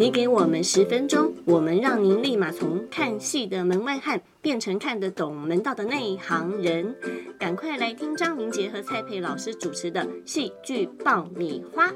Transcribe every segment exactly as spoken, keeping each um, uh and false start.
你给我们十分钟，我们让您立马从看戏的门外汉变成看得懂门道的内行人。赶快来听张明杰和蔡佩老师主持的戏剧爆米花。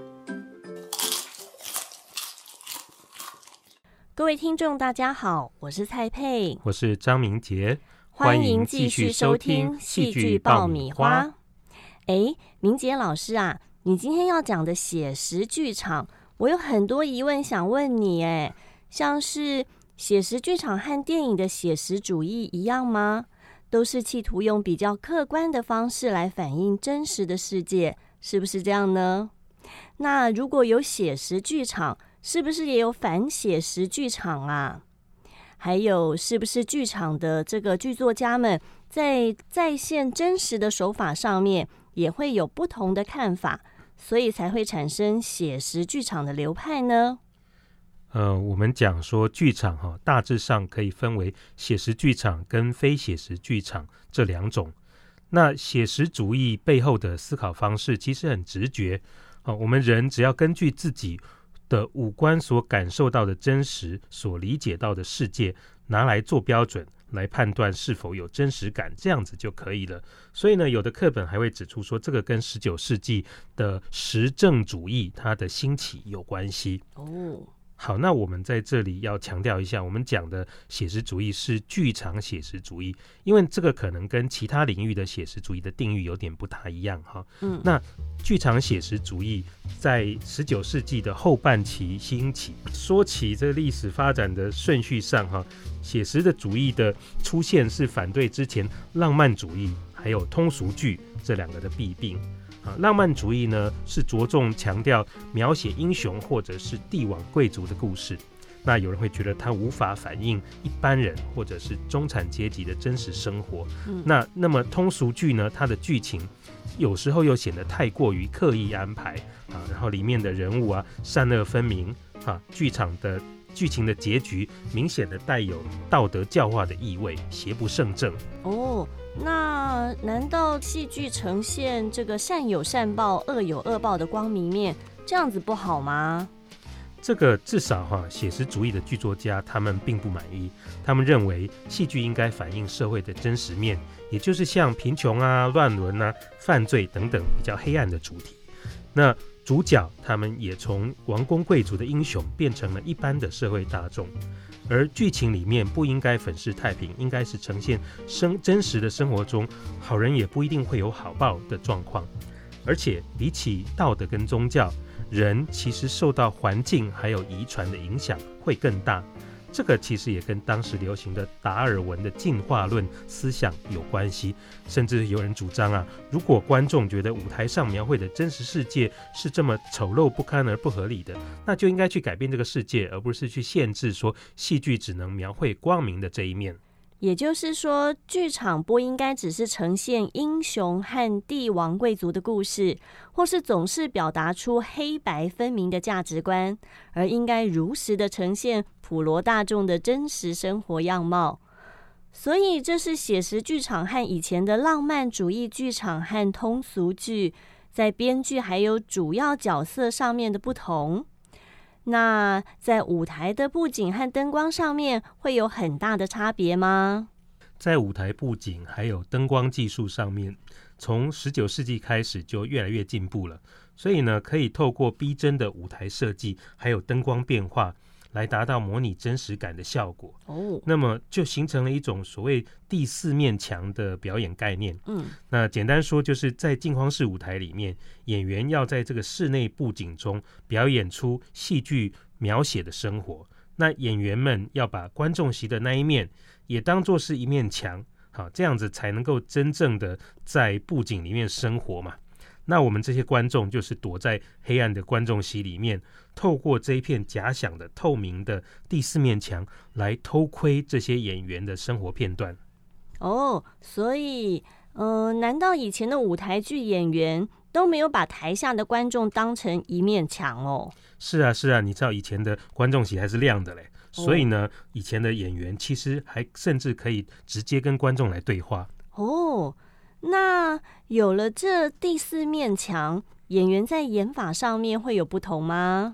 各位听众大家好，我是蔡佩， 我是张明杰， 欢迎继续收听戏剧爆米花。诶，明杰老师啊，你今天要讲的写实剧场，我有很多疑问想问你。诶，像是写实剧场和电影的写实主义一样吗？都是企图用比较客观的方式来反映真实的世界，是不是这样呢？那如果有写实剧场，是不是也有反写实剧场啊？还有，是不是剧场的这个剧作家们在再现真实的手法上面也会有不同的看法，所以才会产生写实剧场的流派呢？ 呃，我们讲说剧场哈，大致上可以分为写实剧场跟非写实剧场这两种。那写实主义背后的思考方式其实很直觉，哦，我们人只要根据自己的五官所感受到的真实，所理解到的世界，拿来做标准，来判断是否有真实感，这样子就可以了。所以呢，有的课本还会指出说，这个跟十九世纪的实证主义它的兴起有关系。哦，好，那我们在这里要强调一下，我们讲的写实主义是剧场写实主义，因为这个可能跟其他领域的写实主义的定义有点不太一样哈。嗯，那剧场写实主义在十九世纪的后半期兴起。说起这个历史发展的顺序上哈，写实的主义的出现是反对之前浪漫主义还有通俗剧这两个的弊病。浪漫主义呢是着重强调描写英雄或者是帝王贵族的故事，那有人会觉得它无法反映一般人或者是中产阶级的真实生活。嗯、那那么通俗剧呢，它的剧情有时候又显得太过于刻意安排啊，然后里面的人物啊善恶分明啊，剧场的剧情的结局明显的带有道德教化的意味，邪不胜正。哦， 那难道戏剧呈现这个善有善报、恶有恶报的光明面，这样子不好吗？ 这个至少哈，写实主义的剧作家他们并不满意，他们认为戏剧应该反映社会的真实面，也就是像贫穷啊、乱伦啊、犯罪等等比较黑暗的主题。那主角他们也从王公贵族的英雄变成了一般的社会大众，而剧情里面不应该粉饰太平，应该是呈现生真实的生活中好人也不一定会有好报的状况。而且比起道德跟宗教，人其实受到环境还有遗传的影响会更大。这个其实也跟当时流行的达尔文的进化论思想有关系，甚至有人主张啊，如果观众觉得舞台上描绘的真实世界是这么丑陋不堪而不合理的，那就应该去改变这个世界，而不是去限制说戏剧只能描绘光明的这一面。 也就是说，剧场不应该只是呈现英雄和帝王贵族的故事，或是总是表达出黑白分明的价值观，而应该如实的呈现普罗大众的真实生活样貌。所以这是写实剧场和以前的浪漫主义剧场和通俗剧在编剧还有主要角色上面的不同。那在舞台的布景和灯光上面会有很大的差别吗？ 在舞台布景还有灯光技术上面，从十九世纪开始就越来越进步了，所以呢，可以透过逼真的舞台设计还有灯光变化来达到模拟真实感的效果。哦，那么就形成了一种所谓第四面墙的表演概念。嗯，那简单说就是在镜框式舞台里面，演员要在这个室内布景中表演出戏剧描写的生活。那演员们要把观众席的那一面也当作是一面墙，好，这样子才能够真正的在布景里面生活嘛。那我们这些观众就是躲在黑暗的观众席里面，透过这一片假想的透明的第四面墙来偷窥这些演员的生活片段。 哦，所以呃，难道以前的舞台剧演员都没有把台下的观众当成一面墙哦？ 是啊是啊，你知道以前的观众席还是亮的嘞，所以呢，以前的演员其实还甚至可以直接跟观众来对话。 哦，那有了这第四面墙，演员在演法上面会有不同吗？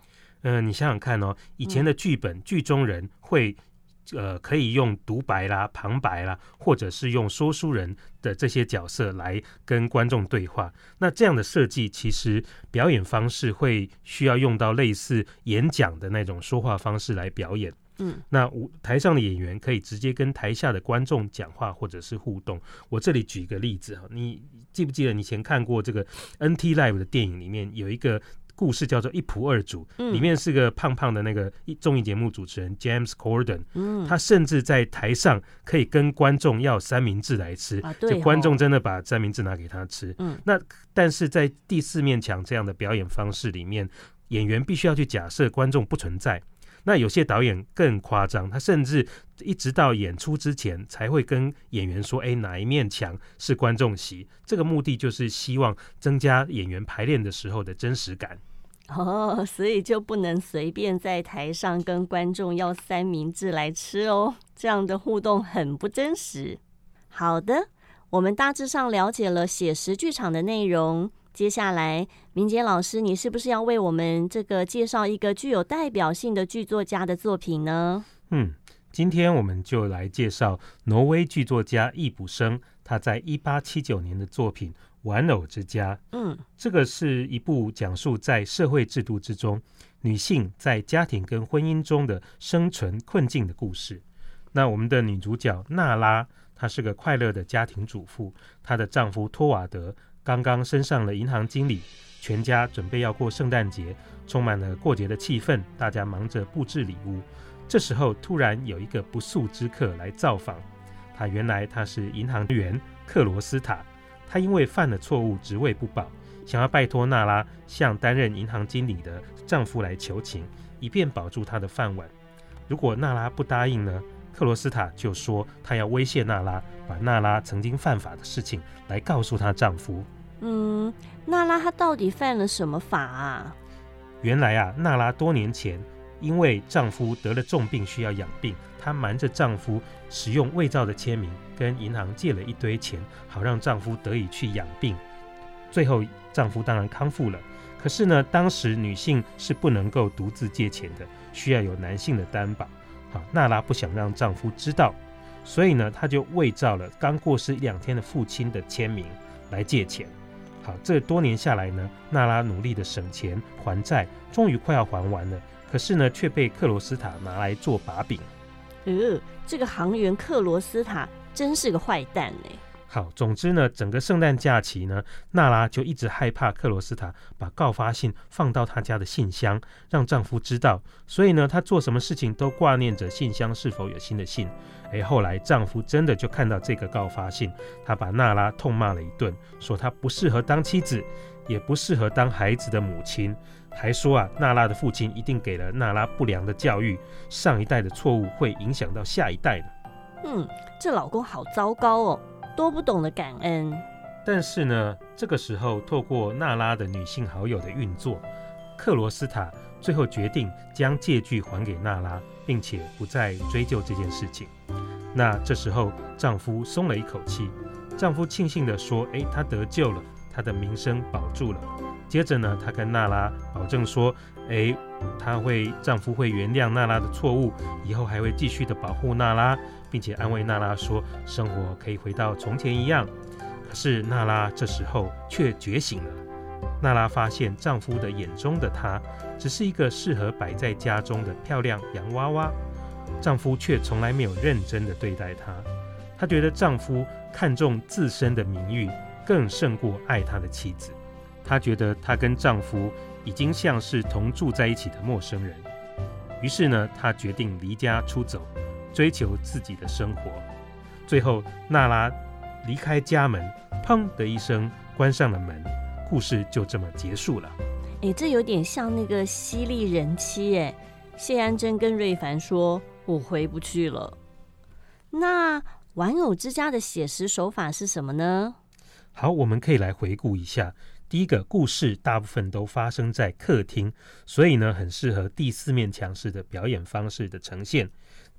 呃，你想想看哦，以前的剧本，剧中人会呃可以用独白啦、旁白啦，或者是用说书人的这些角色来跟观众对话。那这样的设计，其实表演方式会需要用到类似演讲的那种说话方式来表演。嗯，那台上的演员可以直接跟台下的观众讲话或者是互动。我这里举一个例子，你记不记得你以前看过这个 N T Live 的电影里面有一个故事叫做一仆二主，嗯、里面是个胖胖的那个综艺节目主持人 James Corden，嗯、他甚至在台上可以跟观众要三明治来吃，啊哦、就观众真的把三明治拿给他吃。嗯、那但是在第四面墙这样的表演方式里面，演员必须要去假设观众不存在。那有些导演更夸张，他甚至一直到演出之前才会跟演员说，哎，哪一面墙是观众席，这个目的就是希望增加演员排练的时候的真实感。 哦，所以就不能随便在台上跟观众要三明治来吃哦，这样的互动很不真实。好的，我们大致上了解了写实剧场的内容，接下来明杰老师，你是不是要为我们这个介绍一个具有代表性的剧作家的作品呢？嗯， 今天我们就来介绍挪威剧作家易卜生，他在一八七九年的作品《玩偶之家》。嗯，这个是一部讲述在社会制度之中女性在家庭跟婚姻中的生存困境的故事。那我们的女主角娜拉，她是个快乐的家庭主妇，她的丈夫托瓦德刚刚升上了银行经理，全家准备要过圣诞节，充满了过节的气氛，大家忙着布置礼物。这时候突然有一个不速之客来造访，他原来他是银行员克罗斯塔，他因为犯了错误职位不保，想要拜托娜拉向担任银行经理的丈夫来求情，以便保住他的饭碗。如果娜拉不答应呢，克罗斯塔就说他要威胁娜拉，把娜拉曾经犯法的事情来告诉她丈夫。 嗯，娜拉她到底犯了什么法啊？ 原来啊，娜拉多年前因为丈夫得了重病需要养病，她瞒着丈夫使用伪造的签名跟银行借了一堆钱，好让丈夫得以去养病。最后丈夫当然康复了，可是呢，当时女性是不能够独自借钱的，需要有男性的担保。好，娜拉不想让丈夫知道，所以呢，她就伪造了刚过世一两天的父亲的签名来借钱。好，这多年下来呢，娜拉努力的省钱还债，终于快要还完了，可是呢，却被克罗斯塔拿来做把柄。 呃，这个行员克罗斯塔真是个坏蛋呢。 好，总之呢，整个圣诞假期呢，娜拉就一直害怕克罗斯塔把告发信放到她家的信箱，让丈夫知道，所以呢，她做什么事情都挂念着信箱是否有新的信。哎，后来丈夫真的就看到这个告发信，他把娜拉痛骂了一顿，说她不适合当妻子，也不适合当孩子的母亲，还说啊，娜拉的父亲一定给了娜拉不良的教育，上一代的错误会影响到下一代的。 嗯，这老公好糟糕哦，多不懂得感恩。 但是呢，这个时候透过娜拉的女性好友的运作，克罗斯塔最后决定将借据还给娜拉，并且不再追究这件事情。那这时候丈夫松了一口气，丈夫庆幸地说，哎，他得救了，他的名声保住了。接着呢，他跟娜拉保证说，哎，他会丈夫会原谅娜拉的错误，以后还会继续的保护娜拉，并且安慰娜拉说，生活可以回到从前一样。可是娜拉这时候却觉醒了，娜拉发现丈夫的眼中的她只是一个适合摆在家中的漂亮洋娃娃，丈夫却从来没有认真的对待她。她觉得丈夫看重自身的名誉更胜过爱她的妻子，她觉得她跟丈夫已经像是同住在一起的陌生人。于是呢，她决定离家出走，追求自己的生活。最后娜拉离开家门，砰的一声关上了门，故事就这么结束了。 哎，这有点像那个犀利人妻哎，谢安贞跟瑞凡说，我回不去了。那玩偶之家的写实手法是什么呢？ 好，我们可以来回顾一下。第一个，故事大部分都发生在客厅，所以呢，很适合第四面墙式的表演方式的呈现。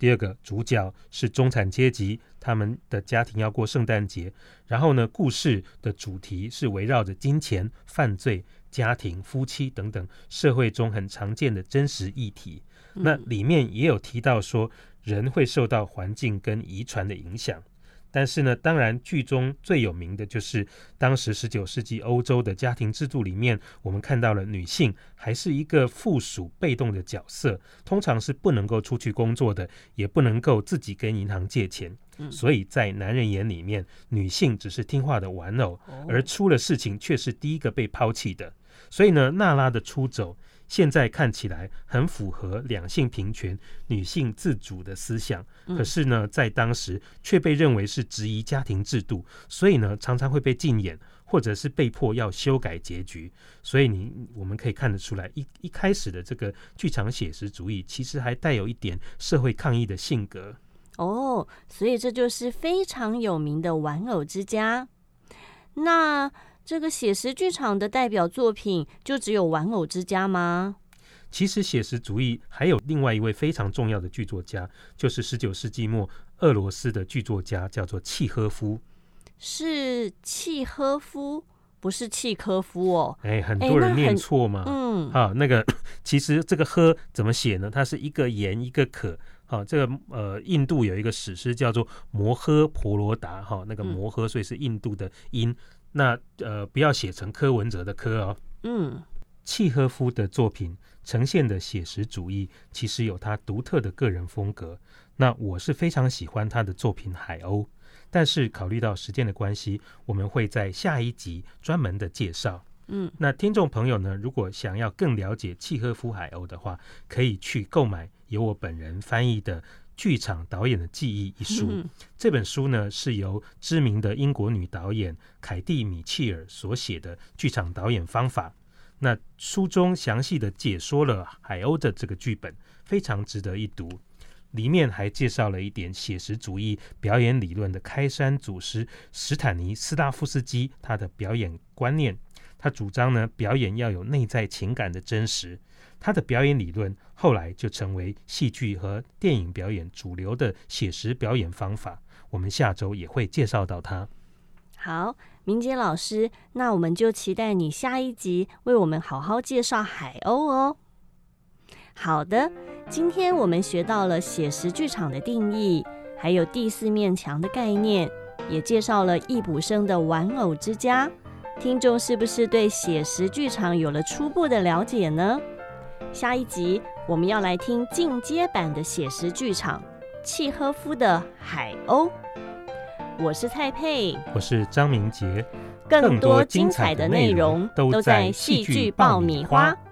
第二个主角是中产阶级，他们的家庭要过圣诞节，然后呢，故事的主题是围绕着金钱、犯罪、家庭、夫妻等等社会中很常见的真实议题。嗯、那里面也有提到说，人会受到环境跟遗传的影响。但是呢，当然剧中最有名的就是当时十九世纪欧洲的家庭制度里面，我们看到了女性还是一个附属被动的角色，通常是不能够出去工作的，也不能够自己跟银行借钱。嗯、所以在男人眼里面，女性只是听话的玩偶，而出了事情却是第一个被抛弃的。所以呢，娜拉的出走现在看起来很符合两性平权、女性自主的思想，可是呢，在当时却被认为是质疑家庭制度，所以呢，常常会被禁演，或者是被迫要修改结局。所以你我们可以看得出来，一一开始的这个剧场写实主义，其实还带有一点社会抗议的性格。 哦，所以这就是非常有名的玩偶之家。那这个写实剧场的代表作品就只有玩偶之家吗？ 其实写实主义还有另外一位非常重要的剧作家，就是十九世纪末俄罗斯的剧作家，叫做契诃夫。 是契诃夫，不是契科夫哦。 哎，很多人念错嘛。嗯，好，那个其实这个呵怎么写呢？它是一个言一个可。好，这个呃，印度有一个史诗叫做《摩诃婆罗达》哈，那个摩诃所以是印度的音。嗯，那呃，不要写成柯文哲的柯哦。嗯，契诃夫的作品呈现的写实主义，其实有他独特的个人风格。那我是非常喜欢他的作品《海鸥》，但是考虑到时间的关系，我们会在下一集专门的介绍。嗯，那听众朋友呢，如果想要更了解契诃夫《海鸥》的话，可以去购买由我本人翻译的剧场导演的记忆一书。嗯、这本书呢是由知名的英国女导演凯蒂·米切尔所写的剧场导演方法。那书中详细的解说了海鸥的这个剧本，非常值得一读。里面还介绍了一点写实主义表演理论的开山祖师史坦尼斯拉夫斯基他的表演观念。他主张呢，表演要有内在情感的真实。他的表演理论后来就成为戏剧和电影表演主流的写实表演方法。我们下周也会介绍到他。 好，明杰老师，那我们就期待你下一集为我们好好介绍海鸥哦。好的，今天我们学到了写实剧场的定义，还有第四面墙的概念，也介绍了易卜生的玩偶之家。听众是不是对写实剧场有了初步的了解呢？下一集我们要来听进阶版的写实剧场契诃夫的海鸥。我是蔡佩， 我是张明杰， 更多精彩的内容都在戏剧爆米花。